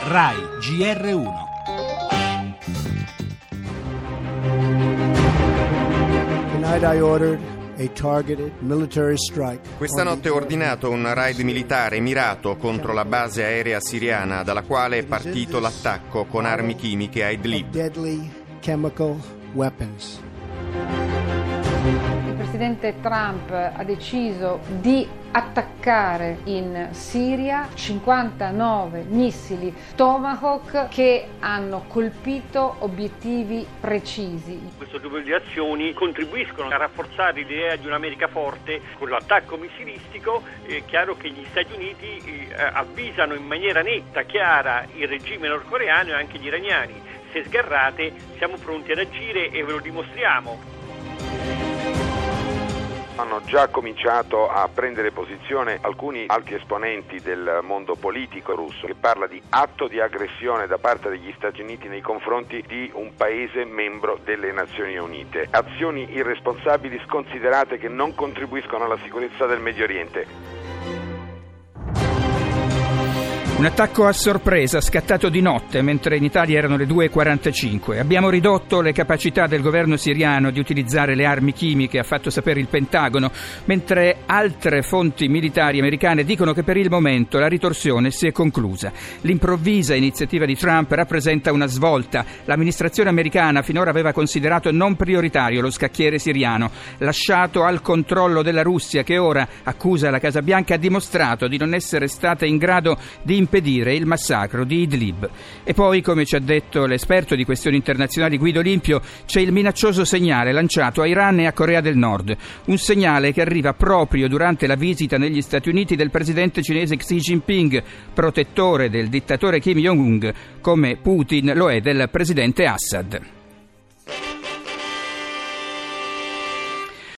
RAI GR1. Tonight I ordered a targeted military strike. Questa notte ho ordinato un raid militare mirato contro la base aerea siriana dalla quale è partito l'attacco con armi chimiche a Idlib. Deadly chemical weapons. Il presidente Trump ha deciso di attaccare in Siria 59 missili Tomahawk che hanno colpito obiettivi precisi. Questo tipo di azioni contribuiscono a rafforzare l'idea di un'America forte. Con l'attacco missilistico è chiaro che gli Stati Uniti avvisano in maniera netta, chiara, il regime nordcoreano e anche gli iraniani: se sgarrate siamo pronti ad agire e ve lo dimostriamo. Hanno già cominciato a prendere posizione alcuni alti esponenti del mondo politico russo, che parla di atto di aggressione da parte degli Stati Uniti nei confronti di un paese membro delle Nazioni Unite. Azioni irresponsabili, sconsiderate, che non contribuiscono alla sicurezza del Medio Oriente. Un attacco a sorpresa scattato di notte mentre in Italia erano le 2:45. Abbiamo ridotto le capacità del governo siriano di utilizzare le armi chimiche, ha fatto sapere il Pentagono, mentre altre fonti militari americane dicono che per il momento la ritorsione si è conclusa. L'improvvisa iniziativa di Trump rappresenta una svolta. L'amministrazione americana finora aveva considerato non prioritario lo scacchiere siriano, lasciato al controllo della Russia, che ora, accusa la Casa Bianca, ha dimostrato di non essere stata in grado di impedire il massacro di Idlib. E poi, come ci ha detto l'esperto di questioni internazionali Guido Limpio, c'è il minaccioso segnale lanciato a Iran e a Corea del Nord, un segnale che arriva proprio durante la visita negli Stati Uniti del presidente cinese Xi Jinping, protettore del dittatore Kim Jong-un, come Putin lo è del presidente Assad.